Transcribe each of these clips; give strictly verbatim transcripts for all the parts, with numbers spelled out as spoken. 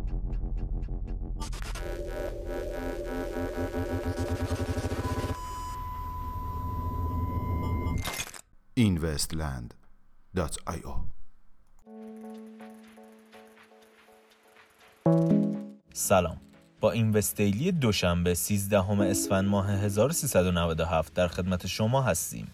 اینوستلند دات آی او. سلام، با اینوست دیلی دوشنبه سیزدهم اسفند ماه هزار و سیصد و نود و هفت در خدمت شما هستیم.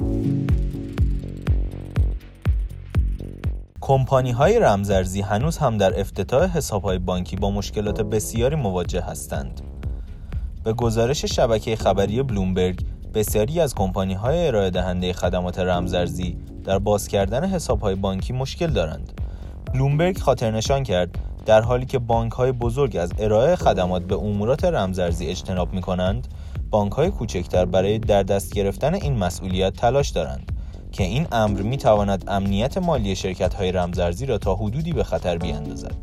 کمپانی‌های رمزارزی هنوز هم در افتتاح حساب‌های بانکی با مشکلات بسیاری مواجه هستند. به گزارش شبکه خبری بلومبرگ، بسیاری از کمپانی‌های ارائه دهنده خدمات رمزارزی در باز کردن حساب‌های بانکی مشکل دارند. بلومبرگ خاطرنشان کرد در حالی که بانک‌های بزرگ از ارائه خدمات به امورات رمزارزی اجتناب می‌کنند، بانک‌های کوچکتر برای در دست گرفتن این مسئولیت تلاش دارند که این امر می‌تواند امنیت مالی شرکت‌های رمزارزی را تا حدودی به خطر بیندازد.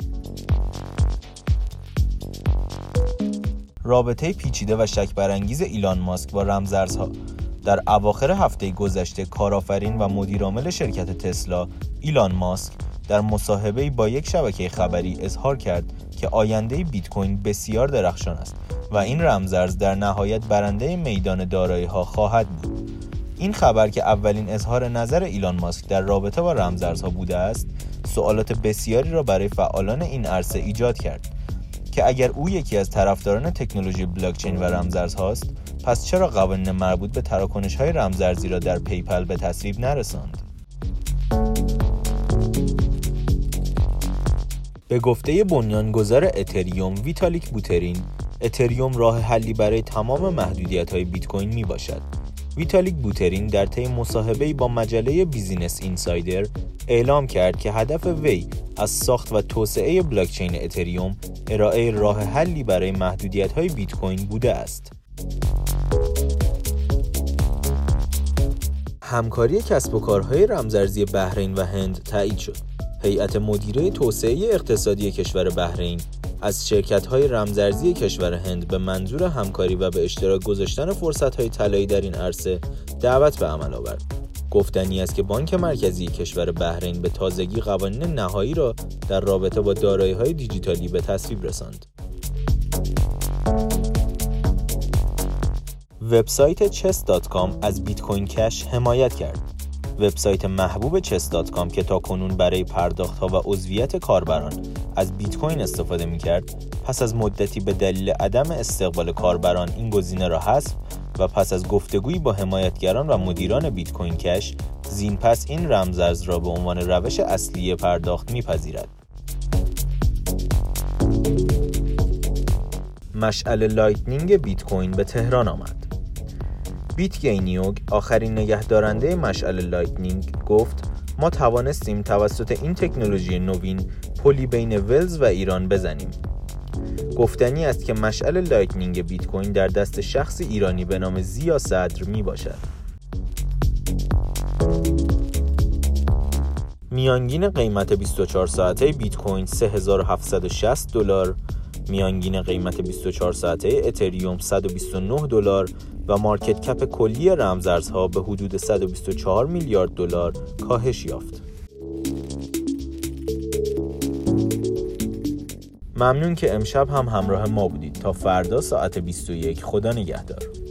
رابطه پیچیده و شک برانگیز ایلان ماسک با رمزارزها. در اواخر هفته گذشته کارآفرین و مدیرعامل شرکت تسلا ایلان ماسک در مصاحبه‌ای با یک شبکه خبری اظهار کرد که آینده بیت کوین بسیار درخشان است و این رمزارز در نهایت برنده میدان دارایی‌ها خواهد بود. این خبر که اولین اظهار نظر ایلان ماسک در رابطه با رمزارزها بوده است، سوالات بسیاری را برای فعالان این عرصه ایجاد کرد که اگر او یکی از طرفداران تکنولوژی بلاکچین و رمزارزهاست، پس چرا قوانین مربوط به تراکنش‌های رمزارزی را در پیپل به تصویب نرساند؟ به گفته بنیانگذار اتریوم ویتالیک بوترین، اتریوم راه حلی برای تمام محدودیت‌های بیت کوین میباشد. ویتالیک بوترین در طی مصاحبه‌ای با مجله بیزینس اینسایدر اعلام کرد که هدف وی از ساخت و توسعه بلاکچین اتریوم ارائه راه حلی برای محدودیت‌های بیت کوین بوده است. همکاری کسب و کارهای رمزارزی بحرین و هند تایید شد. هیئت مدیره توسعه اقتصادی کشور بحرین از شرکت‌های رمزارزی کشور هند به منظور همکاری و به اشتراک گذاشتن فرصت‌های طلایی در این عرصه دعوت به عمل آورد. گفتنی است که بانک مرکزی کشور بحرین به تازگی قوانین نهایی را در رابطه با دارایی‌های دیجیتالی به تصویب رساند. وبسایت چس دات کام از بیت کوین کش حمایت کرد. وبسایت محبوب چس دات کام که تاکنون برای پرداخت‌ها و عضویت کاربران از بیت کوین استفاده می‌کرد، پس از مدتی به دلیل عدم استقبال کاربران این گزینه را حذف و پس از گفتگویی با حمایتگران و مدیران بیت کوین کش، زین پس این رمزارز را به عنوان روش اصلی پرداخت می‌پذیرد. مشعل لایتنینگ بیت کوین به تهران آمد. بیت گینیوگ، آخرین نگهدارنده مشعل لایتنینگ، گفت ما توانستیم توسط این تکنولوژی نوین پلی بین ولز و ایران بزنیم. گفتنی است که مشعل لایتنینگ بیت کوین در دست شخصی ایرانی به نام زیا صدر می باشد. میانگین قیمت بیست و چهار ساعته بیت کوین سه هزار و هفتصد و شصت دلار، میانگین قیمت بیست و چهار ساعته اتریوم صد و بیست و نه دلار و مارکت کپ کلی رمزارزها به حدود صد و بیست و چهار میلیارد دلار کاهش یافت. ممنون که امشب هم همراه ما بودید. تا فردا ساعت بیست و یک، خدا نگهدار.